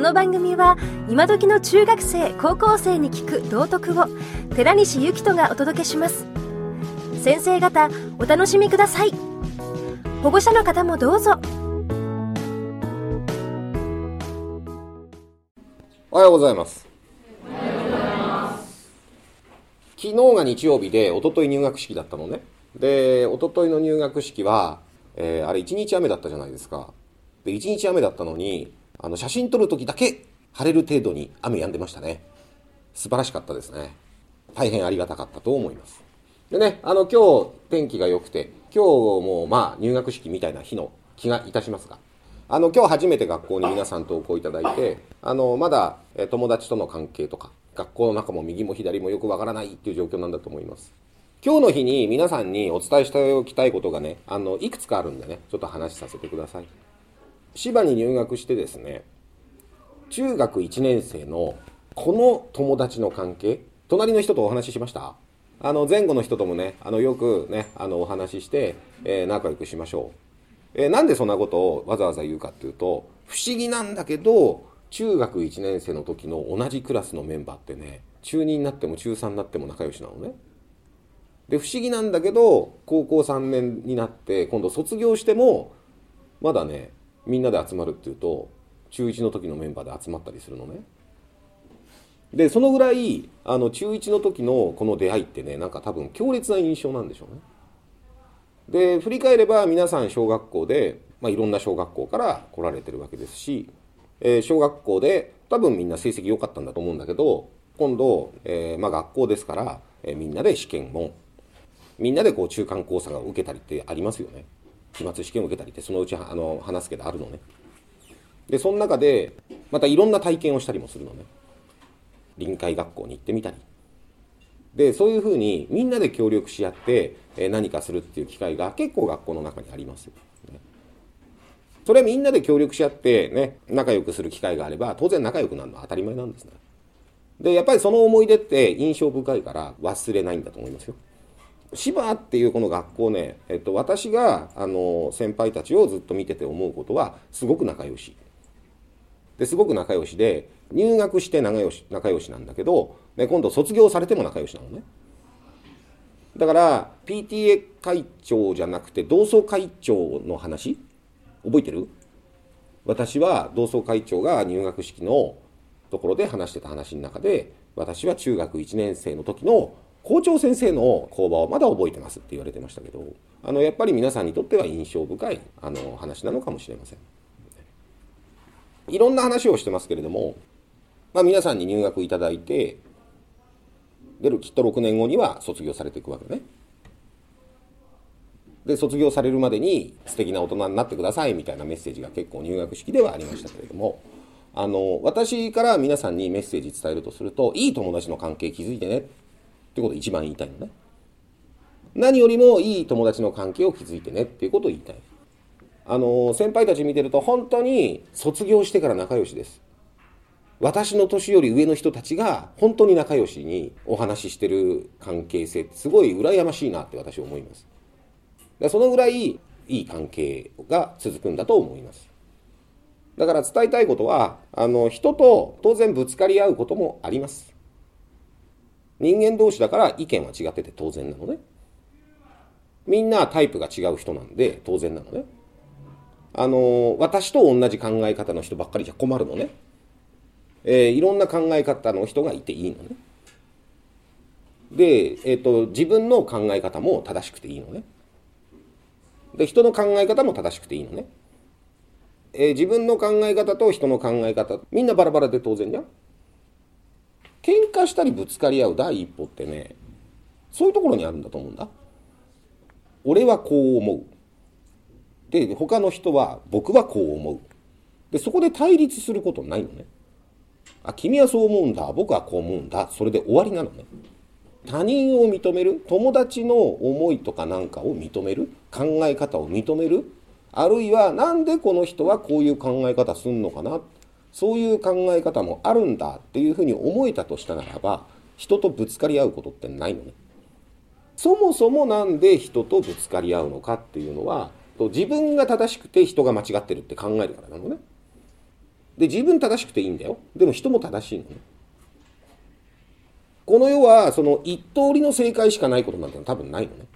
の番組は今時の中学生高校生に聞く道徳を寺西幸人がお届けします。先生方お楽しみください。保護者の方もどうぞ。 おはようございます。昨日が日曜日で一昨日入学式だったのね。で一昨日の入学式は、あれ1日雨だったじゃないですか。で1日雨だったのに写真撮る時だけ晴れる程度に雨止んでましたね。素晴らしかったですね。大変ありがたかったと思います。でね、今日天気が良くて、今日も入学式みたいな日の気がいたしますが、今日初めて学校に皆さん投稿いただいて、まだ友達との関係とか学校の中も右も左もよくわからないっていう状況なんだと思います。今日の日に皆さんにお伝えしておきたいことがね、いくつかあるんでね、ちょっと話させてください。芝に入学してですね、中学1年生のこの友達の関係、隣の人とお話ししました。前後の人ともね、よくね、お話しして、仲良くしましょう。なんでそんなことをわざわざ言うかっていうと、不思議なんだけど、中学1年生の時の同じクラスのメンバーってね、中2になっても中3になっても仲良しなのね。で不思議なんだけど、高校3年になって今度卒業してもまだね、みんなで集まるっていうと中1の時のメンバーで集まったりするのね。でそのぐらい中1の時のこの出会いってね、なんか多分強烈な印象なんでしょうね。で振り返れば皆さん小学校で、いろんな小学校から来られてるわけですし、小学校で多分みんな成績良かったんだと思うんだけど、今度、学校ですから、みんなで試験もみんなでこう中間考査が受けたりってありますよね。期末試験を受けたりってそのうち話すけどあるのね。でその中でまたいろんな体験をしたりもするのね。臨海学校に行ってみたりで、そういうふうにみんなで協力し合って何かするっていう機会が結構学校の中にありますよね。それはみんなで協力し合ってね、仲良くする機会があれば当然仲良くなるのは当たり前なんですね。でやっぱりその思い出って印象深いから忘れないんだと思いますよ。芝っていうこの学校ね、私が先輩たちをずっと見てて思うことはすごく仲良しですごく仲良しで、入学して仲良しなんだけど、今度卒業されても仲良しなのね。だから PTA 会長じゃなくて同窓会長の話覚えてる？私は同窓会長が入学式のところで話してた話の中で、私は中学1年生の時の校長先生の講話をまだ覚えてますって言われてましたけど、やっぱり皆さんにとっては印象深い話なのかもしれません。いろんな話をしてますけれども、皆さんに入学いただいてきっと6年後には卒業されていくわけね。で卒業されるまでに素敵な大人になってくださいみたいなメッセージが結構入学式ではありましたけれども、私から皆さんにメッセージ伝えるとすると、いい友達の関係築いてねってことを一番言いたいのね。何よりもいい友達の関係を築いてねっていうことを言いたい。先輩たち見てると本当に卒業してから仲良しです。私の年より上の人たちが本当に仲良しにお話ししてる関係性ってすごい羨ましいなって私は思います。そのぐらいいい関係が続くんだと思います。だから伝えたいことは、人と当然ぶつかり合うこともあります。人間同士だから意見は違ってて当然なのね。みんなタイプが違う人なんで当然なのね。私と同じ考え方の人ばっかりじゃ困るのね。いろんな考え方の人がいていいのね。で、自分の考え方も正しくていいのね。で、人の考え方も正しくていいのね。自分の考え方と人の考え方、みんなバラバラで当然じゃん。喧嘩したりぶつかり合う第一歩ってね、そういうところにあるんだと思うんだ。俺はこう思う。で、他の人は僕はこう思う。で、そこで対立することないのね。君はそう思うんだ、僕はこう思うんだ、それで終わりなのね。他人を認める、友達の思いとかなんかを認める、考え方を認める、あるいはなんでこの人はこういう考え方すんのかな、そういう考え方もあるんだっていうふうに思えたとしたならば、人とぶつかり合うことってないのね。そもそもなんで人とぶつかり合うのかっていうのは、自分が正しくて人が間違ってるって考えるからなのね。 で、自分正しくていいんだよ。でも人も正しいのね。この世はその一通りの正解しかないことなんて多分ないのね。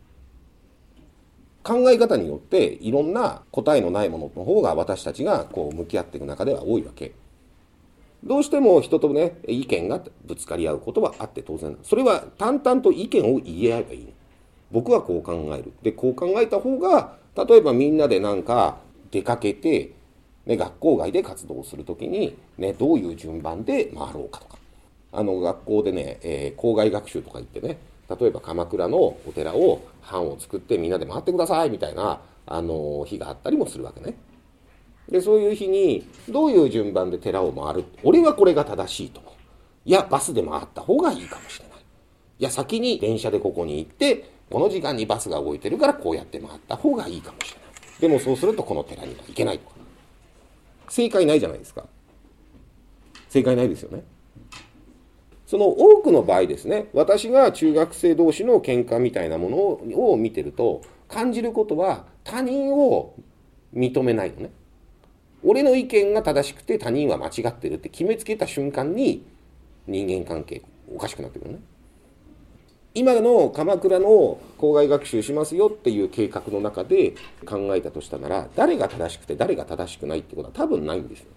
考え方によっていろんな答えのないものの方が私たちがこう向き合っていく中では多いわけ。どうしても人とね、意見がぶつかり合うことはあって当然なの。それは淡々と意見を言い合えばいいの。僕はこう考える。で、こう考えた方が、例えばみんなでなんか出かけて、ね、学校外で活動するときに、ね、どういう順番で回ろうかとか。学校でね、校外学習とか言ってね、例えば鎌倉のお寺を班を作ってみんなで回ってくださいみたいな、日があったりもするわけね。で、そういう日にどういう順番で寺を回る。俺はこれが正しいと思う。いや、バスで回った方がいいかもしれない。いや、先に電車でここに行って、この時間にバスが動いてるからこうやって回った方がいいかもしれない。でもそうするとこの寺には行けないとか。正解ないじゃないですか。正解ないですよね。その多くの場合ですね、私が中学生同士の喧嘩みたいなものを見てると感じることは他人を認めないのね。俺の意見が正しくて他人は間違ってるって決めつけた瞬間に人間関係おかしくなってくるね。今の鎌倉の校外学習しますよっていう計画の中で考えたとしたなら、誰が正しくて誰が正しくないってことは多分ないんですよ。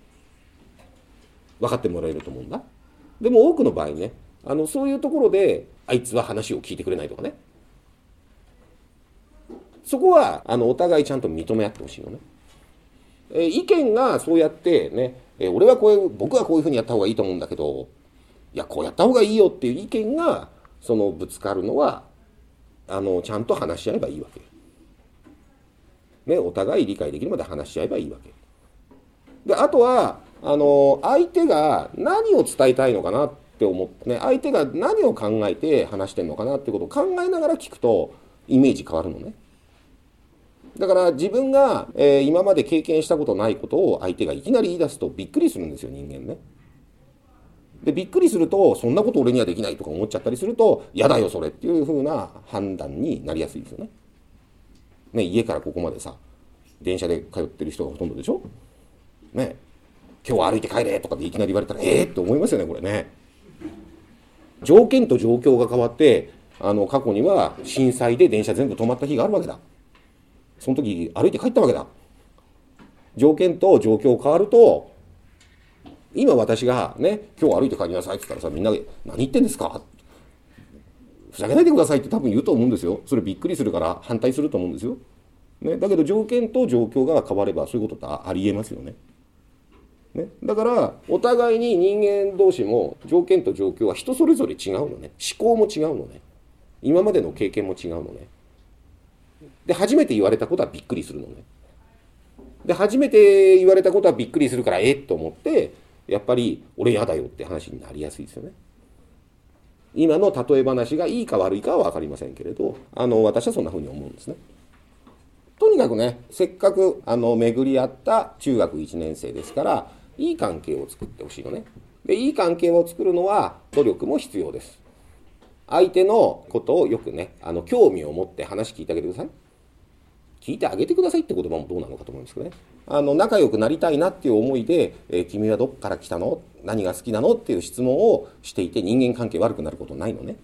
分かってもらえると思うんだ。でも多くの場合ね、そういうところであいつは話を聞いてくれないとかね、そこはお互いちゃんと認め合ってほしいのね。意見がそうやってね、僕はこういうふうにやった方がいいと思うんだけど、いやこうやった方がいいよっていう意見がぶつかるのはちゃんと話し合えばいいわけ、ね、お互い理解できるまで話し合えばいいわけで、あとは相手が何を伝えたいのかなって思ってね、相手が何を考えて話してんのかなってことを考えながら聞くとイメージ変わるのね。だから自分が、今まで経験したことないことを相手がいきなり言い出すとびっくりするんですよ、人間ね。で、びっくりすると、そんなこと俺にはできないとか思っちゃったりすると、嫌だよそれっていう風な判断になりやすいですよね。ね、家からここまでさ、電車で通ってる人がほとんどでしょ。ね、今日は歩いて帰れとかでいきなり言われたら、って思いますよね、これね。条件と状況が変わって、過去には震災で電車全部止まった日があるわけだ。その時歩いて帰ったわけだ。条件と状況変わると、今私がね、今日歩いて帰りなさいって言ったらさ、みんなで何言ってんですか、ふざけないでくださいって多分言うと思うんですよ。それびっくりするから反対すると思うんですよ、ね、だけど条件と状況が変わればそういうことってありえますよね。ね、だからお互いに人間同士も条件と状況は人それぞれ違うのね。思考も違うのね。今までの経験も違うのね。で、初めて言われたことはびっくりするのね。で、初めて言われたことはびっくりするからと思ってやっぱり俺嫌だよって話になりやすいですよね。今の例え話がいいか悪いかは分かりませんけれど、私はそんなふうに思うんですね。とにかくね、せっかく巡り合った中学1年生ですからいい関係を作ってほしいのね。で、いい関係を作るのは努力も必要です。相手のことをよくね、興味を持って話聞いてあげてください。聞いてあげてくださいって言葉もどうなのかと思うんですけどね。仲良くなりたいなっていう思いで、君はどこから来たの？何が好きなの？っていう質問をしていて人間関係悪くなることないのね。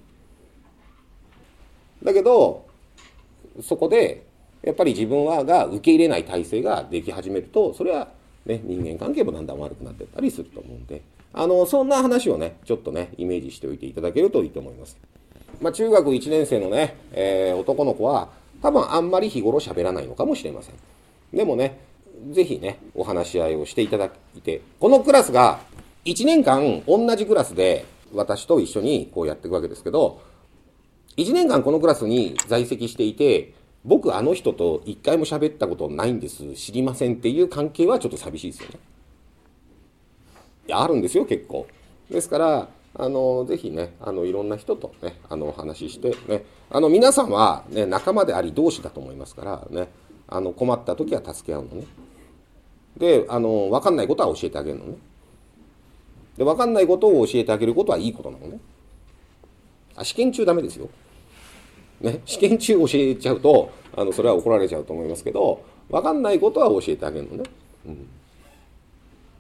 だけど、そこでやっぱり自分が受け入れない体制ができ始めると、それはね、人間関係もだんだん悪くなっていったりすると思うんで、そんな話をね、ちょっとね、イメージしておいていただけるといいと思います。中学1年生のね、男の子は多分あんまり日頃喋らないのかもしれません。でもね、ぜひね、お話し合いをしていただいて、このクラスが1年間同じクラスで私と一緒にこうやっていくわけですけど、1年間このクラスに在籍していて、僕あの人と一回も喋ったことないんです、知りませんっていう関係はちょっと寂しいですよね。いや、あるんですよ、結構。ですからぜひね、いろんな人とね、お話ししてね、皆さんはね、仲間であり同志だと思いますからね、困った時は助け合うのね。で、分かんないことは教えてあげるのね。で、分かんないことを教えてあげることはいいことなのね。試験中ダメですよ。ね、試験中教えちゃうと、それは怒られちゃうと思いますけど、分かんないことは教えてあげるのね。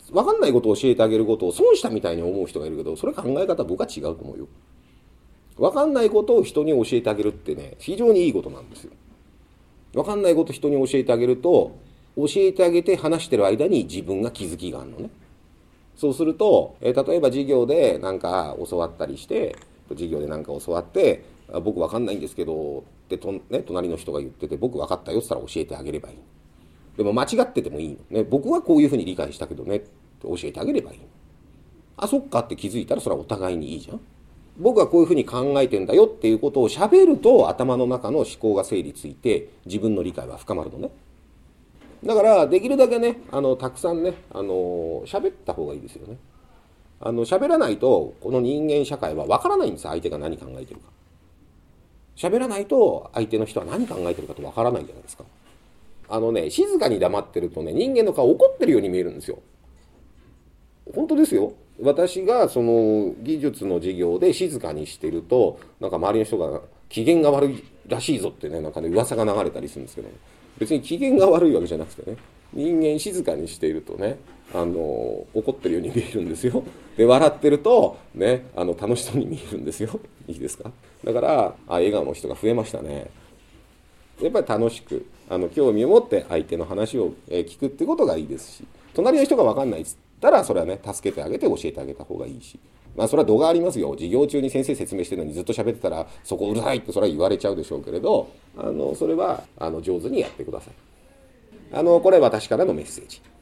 分かんないことを教えてあげることを損したみたいに思う人がいるけど、それ考え方僕は違うと思うよ。分かんないことを人に教えてあげるってね、非常にいいことなんですよ。分かんないことを人に教えてあげると、教えてあげて話してる間に自分が気づきがあるのね。そうすると、例えば授業でなんか教わったりして、授業でなんか教わって、僕分かんないんですけどって隣の人が言ってて、僕分かったよって言ったら教えてあげればいい。でも間違っててもいいのね。僕はこういうふうに理解したけどねって教えてあげればいい。あ、そっかって気づいたらそれはお互いにいいじゃん。僕はこういうふうに考えてんだよっていうことを喋ると、頭の中の思考が整理ついて自分の理解は深まるのね。だからできるだけね、たくさんね、喋った方がいいですよね。喋らないとこの人間社会は分からないんですよ。相手が何考えてるか。喋らないと相手の人は何考えてるかと分からないじゃないですか。静かに黙ってるとね、人間の顔怒ってるように見えるんですよ。本当ですよ。私がその技術の授業で静かにしてると、なんか周りの人が機嫌が悪いらしいぞってね、なんかね噂が流れたりするんですけど、別に機嫌が悪いわけじゃなくてね、人間静かにしているとね、怒ってるように見えるんですよ。で、笑ってるとね、楽しそうに見えるんですよ。いいですか。だから笑顔の人が増えましたね。やっぱり楽しく興味を持って相手の話を聞くってことがいいですし、隣の人が分かんないっつったらそれはね、助けてあげて教えてあげた方がいいし、それは度がありますよ。授業中に先生説明してるのにずっと喋ってたら、そこうるさいってそれは言われちゃうでしょうけれど、それは上手にやってください。これ私からのメッセージ。